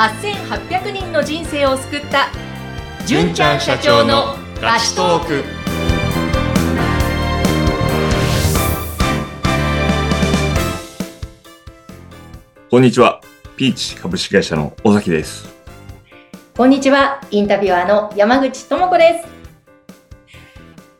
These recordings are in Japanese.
8800人の人生を救った純ちゃん社長のガチトーク。 こんにちは。ピーチ株式会社の尾崎です。 こんにちは。インタビュアーの山口智子です。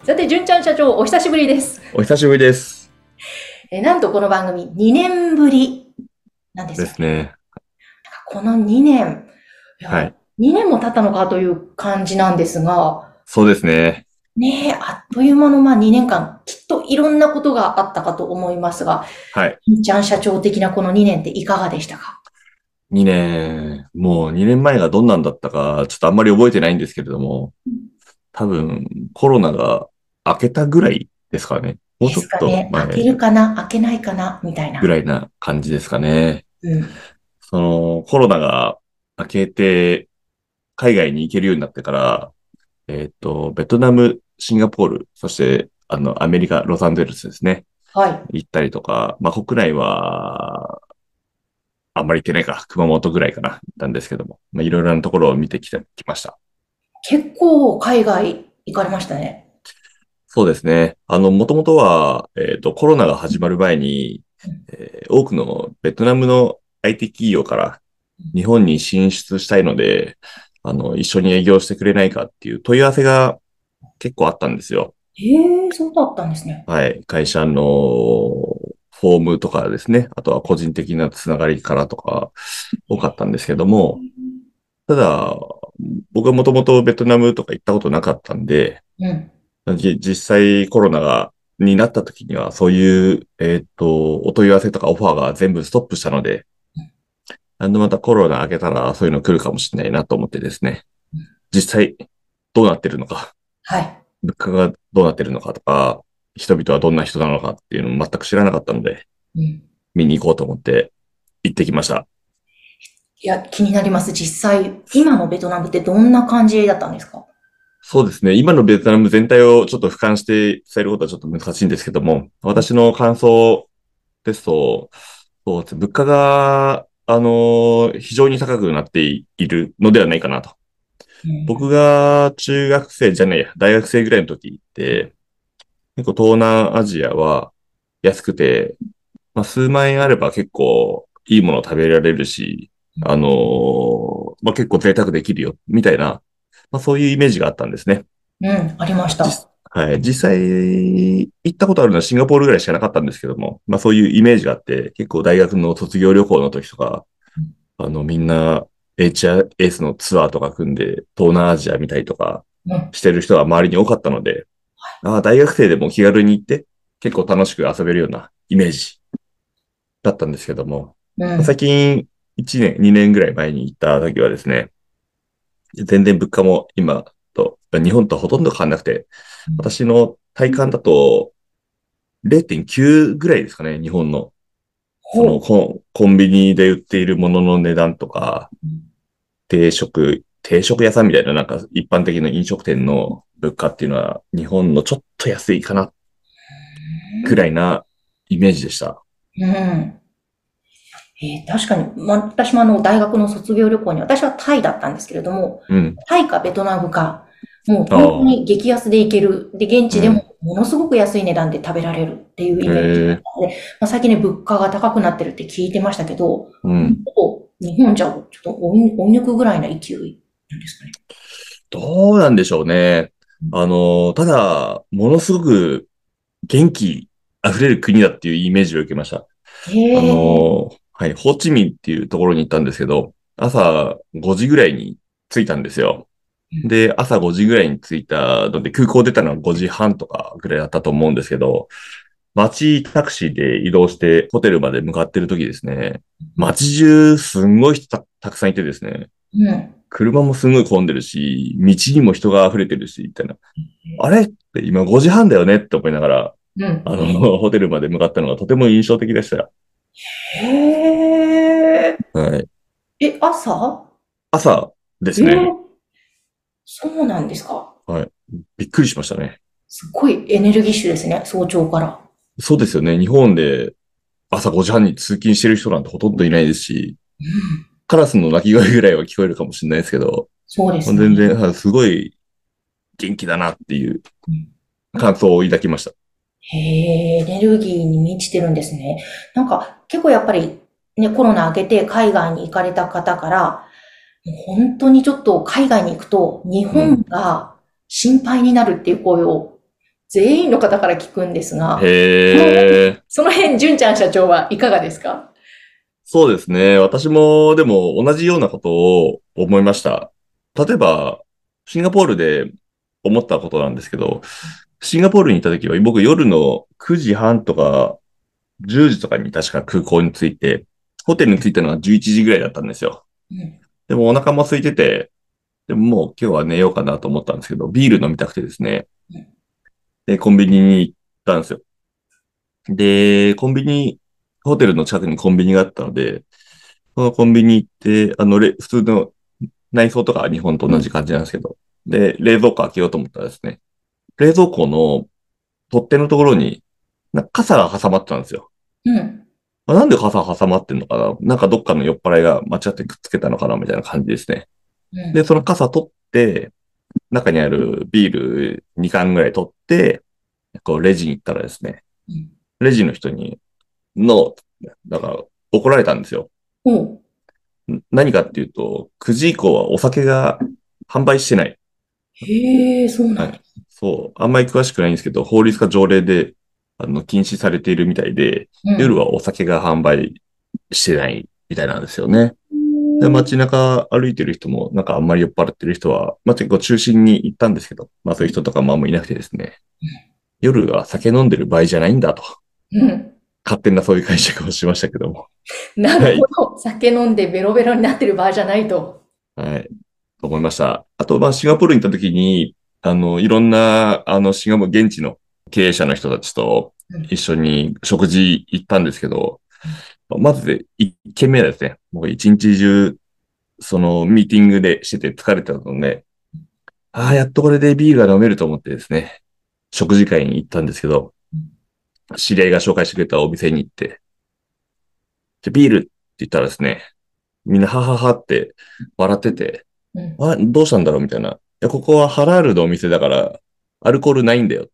さて、純ちゃん社長、お久しぶりです。 お久しぶりです。 なんとこの番組2年ぶりなんですよね。 ですね。 この2年、 はい。 2年も経ったのかという感じなんですが、 そうですね。 ねえ、あっという間の2年間、きっといろんなことがあったかと思いますが、 はい。 純ちゃん社長的なこの2年っていかがでしたか 2年、もう2年前がどんなんだったか、ちょっとあんまり覚えてないんですけれども、多分コロナが明けたぐらいですかね。もうでちょっとすかね。開け前るかな開けないかなみたいな。 ぐらいな感じですかね。 うん。 そのコロナが明けて海外に行けるようになってから、ベトナム、シンガポール、そしてアメリカ、ロサンゼルスですね。 はい。 行ったりとか、まあ国内はあんまり行ってないか、熊本ぐらいかな、行ったんですけども、まあいろいろなところを見てきました。 結構海外行かれましたね。 そうですね。もともとは、コロナが始まる前に、 うん多くのベトナムの IT 企業から日本に進出したいので、一緒に営業してくれないかっていう問い合わせが結構あったんですよ。 へえ、そうだったんですね。 はい。会社のフォームとかですね。あとは個人的なつながりからとか多かったんですけども、ただ、僕はもともとベトナムとか行ったことなかったんで、 うん。 実際コロナになった時には、そういう、お問い合わせとかオファーが全部ストップしたので、またコロナ明けたらそういうの来るかもしれないなと思ってですね。実際どうなってるのか、 はい。 物価がどうなってるのかとか、人々はどんな人なのかっていうのを全く知らなかったので、 うん。 見に行こうと思って行ってきました。 いや、気になります。実際、今のベトナムってどんな感じだったんですか？ そうですね。今のベトナム全体をちょっと俯瞰して伝えることはちょっと難しいんですけども、私の感想ですと、そうですね、物価が、非常に高くなっているのではないかなと。僕うんが中学生じゃないや、大学生ぐらいの時って、結構東南アジアは安くて、まあ、数万円あれば結構いいものを食べられるし、まあ、結構贅沢できるよ、みたいな、まあ、そういうイメージがあったんですね。 うん、ありました。 はい。実際、行ったことあるのはシンガポールぐらいしかなかったんですけども、まあそういうイメージがあって、結構大学の卒業旅行の時とか、みんな HRS のツアーとか組んで、東南アジア見たりとかうん、 してる人が周りに多かったので、大学生でも気軽に行って、結構楽しく遊べるようなイメージだったんですけども、最うん、 近1年、2年ぐらい前に行った時はですね、全然物価も今と、日本とほとんど変わんなくて、私の体感だと0.9ぐらいですかね、日本の。そのほコンビニで売っているものの値段とか、 う。 定食屋さんみたいななんか一般的な飲食店の物価っていうのは日本のちょっと安いかなくらいなイメージでした。 うん。確かに、私も大学の卒業旅行に、私はタイだったんですけれども、 うん。 タイかベトナムか、もうあ本当あ、 に激安で行ける。で、現地でうん。 もものすごく安い値段で食べられるっていうイメージだっええ、 たので、最近ね、物価が高くなってるって聞いてましたけど、 うん。 ほぼ日本じゃちょっと追い抜くぐらいな勢いなんですかね。 どうなんでしょうね。ただ、ものすごく元気溢れる国だっていうイメージを受けました。 へえ、 はい、ホーチミンっていうところに行ったんですけど、朝5時ぐらいに着いたんですよ。で、朝5時ぐらいに着いたので、空港出たのは5時半とかぐらいだったと思うんですけど、街タクシーで移動してホテルまで向かってる時ですね、街中すんごい人たくさんいてですね、 うん。 車もすんごい混んでるし、道にも人が溢れてるし、みたいな。あれって今5時半だよねって思いながら、 うん。 ホテルまで向かったのがとても印象的でしたよ。 へえ。 はい。 朝朝でえー、 すね。 そうなんですか。 はい。びっくりしましたね。 すっごいエネルギッシュですね、早朝から。 そうですよね。日本で朝5時半に通勤してる人なんてほとんどいないですし、 カラスの鳴き声ぐらいは聞こえるかもしれないですけど、 そうですね。 全然、すごい元気だなっていううん。 感想を抱きました。 へえ、エネルギーに満ちてるんですね。なんか結構やっぱりね、コロナ明けて海外に行かれた方から、もう本当にちょっと海外に行くと日本うん。 が心配になるっていう声を全員の方から聞くんですが、そのへえ。 その辺、純ちゃん社長はいかがですか？ そうですね。私もでも同じようなことを思いました。例えば、シンガポールで思ったことなんですけど、シンガポールにいた時は僕夜の9時半とか10時とかに確か空港に着いて、ホテルに着いたのが11時ぐらいだったんですよ。 うん。 でもお腹も空いてて、でももう今日は寝ようかなと思ったんですけど、ビール飲みたくてですね。 うん。 で、コンビニに行ったんですよ。で、ホテルの近くにコンビニがあったので、そのコンビニ行って、普通の内装とかは日本と同じ感じなんですけど、で、冷蔵庫開けようと思ったらですね、冷蔵庫の取っ手のところに、傘が挟まってたんですよ。 うん。 なんで傘挟まってんのかな、なんかどっかの酔っ払いが間違ってくっつけたのかなみたいな感じですね。で、 うん。 その傘取って、中にあるビール2缶ぐらい取って、こうレジに行ったらですね、 うん。 レジの人に、の、だから怒られたんですよ。 おう。 何かっていうと、9時以降はお酒が販売してない。 へえ、そうなはい。 んです。 そう。あんまり詳しくないんですけど、法律か条例で、禁止されているみたいで、 うん。 夜はお酒が販売してないみたいなんですよね。で、街中歩いてる人も、なんかあんまり酔っ払ってる人は、結構中心に行ったんですけど、そういう人とかもあんまいなくてですね、夜は酒飲んでる場合じゃないんだと、 うん。 勝手なそういう解釈をしましたけども。 なるはい。 ほど。酒飲んでベロベロになってる場合じゃないと。 はい。と思いました。あと、シンガポールに行った時に、いろんな、シンガポール現地の経営者の人たちとうん。 一緒に食事行ったんですけど、まずで、一軒目はですね、もう一日中、そのミーティングでしてて疲れてたので、ああ、やっとこれでビールが飲めると思ってですね、食事会に行ったんですけど、知り合いが紹介してくれたお店に行って、ビールって言ったらですね、みんなはははって笑ってて、 うん。 どうしたんだろうみたいな。いや、ここはハラールのお店だから、アルコールないんだよって、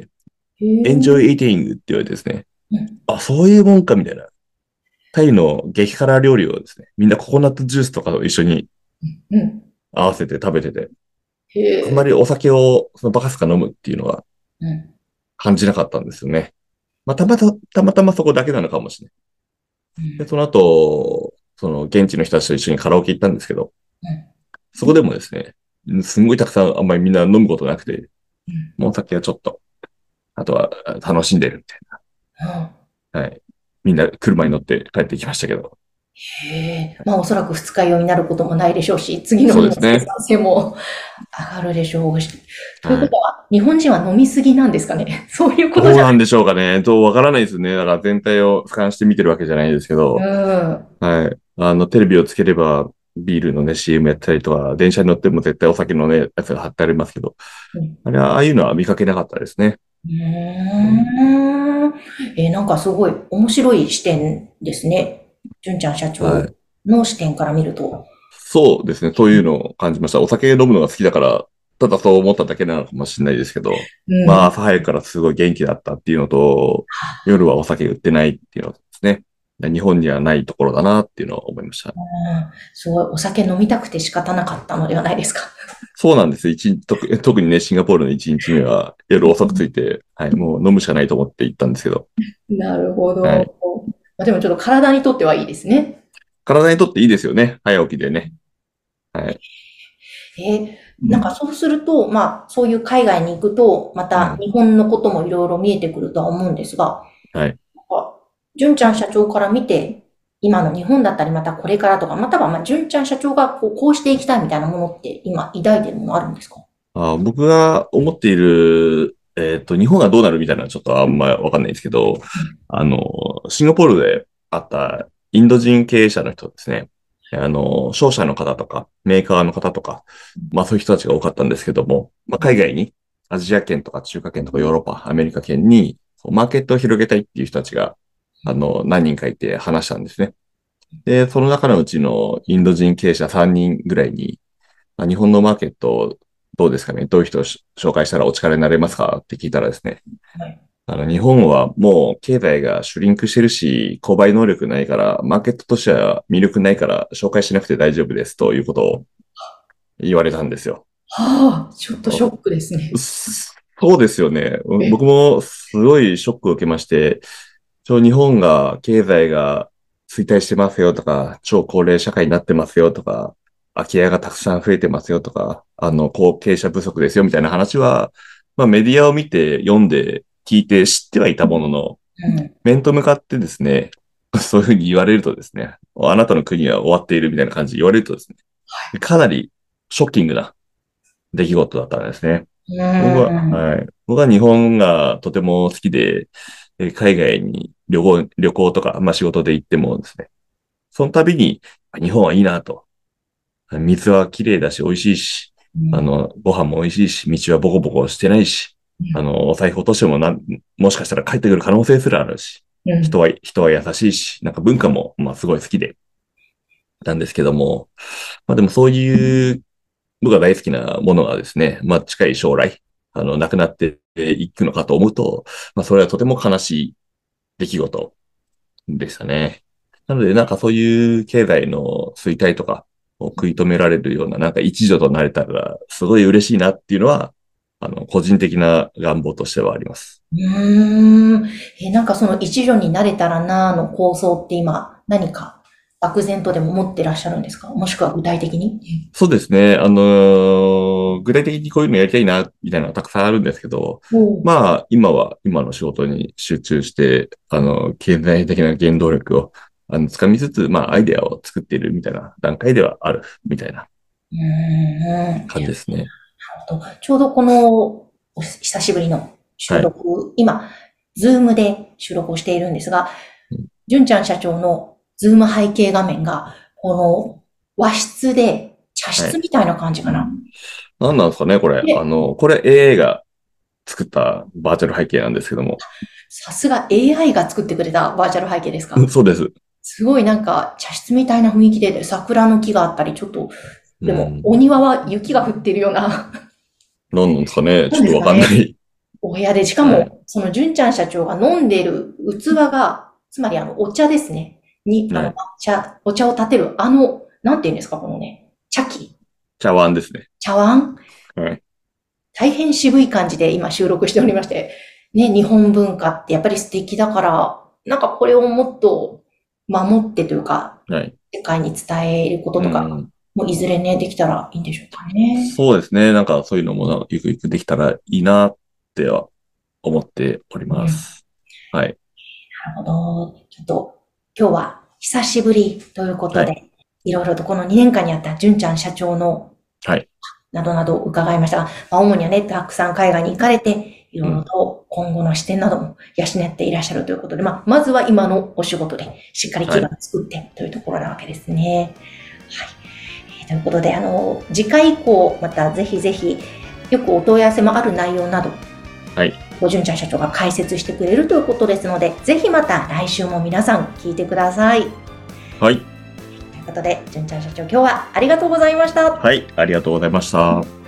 へえ。 Enjoy eating って言われてですね、 うん。 あ、そういうもんかみたいな。タイの激辛料理をですね、みんなココナッツジュースとかと一緒にうん。 合わせて食べてて、 へえ。 あんまりお酒をそのバカすか飲むっていうのはうん。 感じなかったんですよね。たまたまそこだけなのかもしれない。で、 うん。 その後、その現地の人たちと一緒にカラオケ行ったんですけど、 うん。 そこでもですね、すんごいたくさんあんまりみんな飲むことなくて、 うん。 もうお酒はちょっと、あとは楽しんでるみたいな。はい。みんな車に乗って帰ってきましたけど。 へえ。まあ、おそらく二日酔いになることもないでしょうし、次のそう日のですね。 生産性も上がるでしょうし。というはい。 ことは、日本人は飲みすぎなんですかね。そういうことじゃない。 どうなんでしょうかね。わからないですね。だから全体を俯瞰して見てるわけじゃないですけうど、 ん。 はい。テレビをつければ、ビールのね、CM やったりとか、電車に乗っても絶対お酒のね、やつが貼ってありますけど、 うん。 あれは、ああいうのは見かけなかったですね。 ううん。 ーん。なんかすごい面白い視点ですね。純ちゃん社長はい。 の視点から見ると。 そうですね。そういうのを感じました。お酒飲むのが好きだから、ただそう思っただけなのかもしれないですけど、 うん。 朝早くからすごい元気だったっていうのと、夜はお酒売ってないっていうのですね。日本にはないところだなっていうのは思いました。 うん。すごいお酒飲みたくて仕方なかったのではないですか。 そうなんです。特にね、シンガポールの1日目は夜遅く着いて、はい、もう飲むしかないと思って行ったんですけど、 なるほど。 はい。 まあ、でもちょっと体にとってはいいですね。 体にとっていいですよね。早起きでね。はい。 なんかそうすると、まあ、そういう海外に行くと、まうん。 た日本のこともいろいろ見えてくるとは思うんですが、 はい。 なんか純ちゃん社長から見て、今の日本だったり、またこれからとか、またはまあ、純ちゃん社長がこうしていきたいみたいなものって今抱いてるものあるんですか？ 僕が思っている、日本がどうなるみたいなのはちょっとあんまわかんないんですけど、シンガポールで会ったインド人経営者の人ですね。商社の方とか、メーカーの方とか、そういう人たちが多かったんですけども、海外に、アジア圏とか中華圏とかヨーロッパ、アメリカ圏に、マーケットを広げたいっていう人たちが、何人かいて話したんですね。 で、その中のうちのインド人経営者3人ぐらいに、日本のマーケットどうですかね、どういう人を紹介したらお力になれますかって聞いたらですね、 はい。 日本はもう経済がシュリンクしてるし、購買能力ないから、マーケットとしては魅力ないから紹介しなくて大丈夫ですということを言われたんですよ。 はあ、ちょっとショックですね。 そうですよね。 え、 僕もすごいショックを受けまして、日本が経済が衰退してますよとか、超高齢社会になってますよとか、空き家がたくさん増えてますよとか、後継者不足ですよみたいな話は、メディアを見て読んで聞いて知ってはいたものの、 うん。 面と向かってですね、そういうふうに言われるとですね、あなたの国は終わっているみたいな感じで言われるとですね、かなりショッキングな出来事だったんですね。 うーん。 僕は日本がとても好きで、海外に旅行とか、仕事で行ってもですね、その度に日本はいいなと。水は綺麗だし美味しいし、 うん。 ご飯も美味しいし、道はボコボコしてないし、お財布落としてももしかしたら帰ってくる可能性すらあるし、 うん。 人は優しいし、なんか文化も、すごい好きで、なんですけども、でもそういう僕が大好きなものがですね、近い将来、なくなっていくのかと思うと、それはとても悲しい出来事でしたね。なので、なんかそういう経済の衰退とかを食い止められるような、なんか一助となれたら、すごい嬉しいなっていうのは、個人的な願望としてはあります。 うーん。なんかその一助になれたらなーの構想って今何か漠然とでも持ってらっしゃるんですか？もしくは具体的に？ そうですね。具体的にこういうのやりたいな、みたいなのがたくさんあるんですけど、 おう。 今は今の仕事に集中して、経済的な原動力を、掴みつつ、アイデアを作っているみたいな段階ではある、みたいなうーん。 感じですね。 ちょうどこの久しぶりの収はい。 録、今、ズームで収録をしているんですが、 うん純ちゃん社長のズーム背景画面が、この和室で茶はい。 室みたいな感じかな。 何なんですかね、これ。 で、 これ AI が作ったバーチャル背景なんですけども。 さすが AI が作ってくれたバーチャル背景ですか？ そうです。 すごいなんか茶室みたいな雰囲気で、桜の木があったり、ちょっと、でもうん。 お庭は雪が降っているような、 何なんですかね。 なんちょっとわですかね。 かんない。 お部屋で、しかはい。 も、その純ちゃん社長が飲んでいる器が、つまりお茶ですね。に、 はい。 お茶を立てる、なんて言うんですか、このね、茶器、 茶碗ですね。 茶碗、 はい。 大変渋い感じで今収録しておりまして、ね、日本文化ってやっぱり素敵だから、なんかこれをもっと守ってというか、 はい。 世界に伝えることとか、 うん。 もういずれね、できたらいいんでしょうかね。 そうですね。なんかそういうのもゆくゆくできたらいいなっては思っておりうん。 ます。はい。 なるほど。ちょっと、今日は久しぶりというこはい。 とで、いろいろとこの2年間にあった純ちゃん社長のはい。 などなど伺いましたが、主にはね、たくさん海外に行かれて、いろいろうん。 と今後の視点なども養っていらっしゃるということで、まずは今のお仕事でしっかり基盤をはい。 作ってというところなわけですね。はい。ということで、次回以降、またぜひぜひ、よくお問い合わせもある内容など、 はい。 ご純ちゃん社長が解説してくれるということですので、ぜひまた来週も皆さん聞いてください。といはい。 うことで、純ちゃん社長、今日はありがとうございました。 はい。ありがとうございました。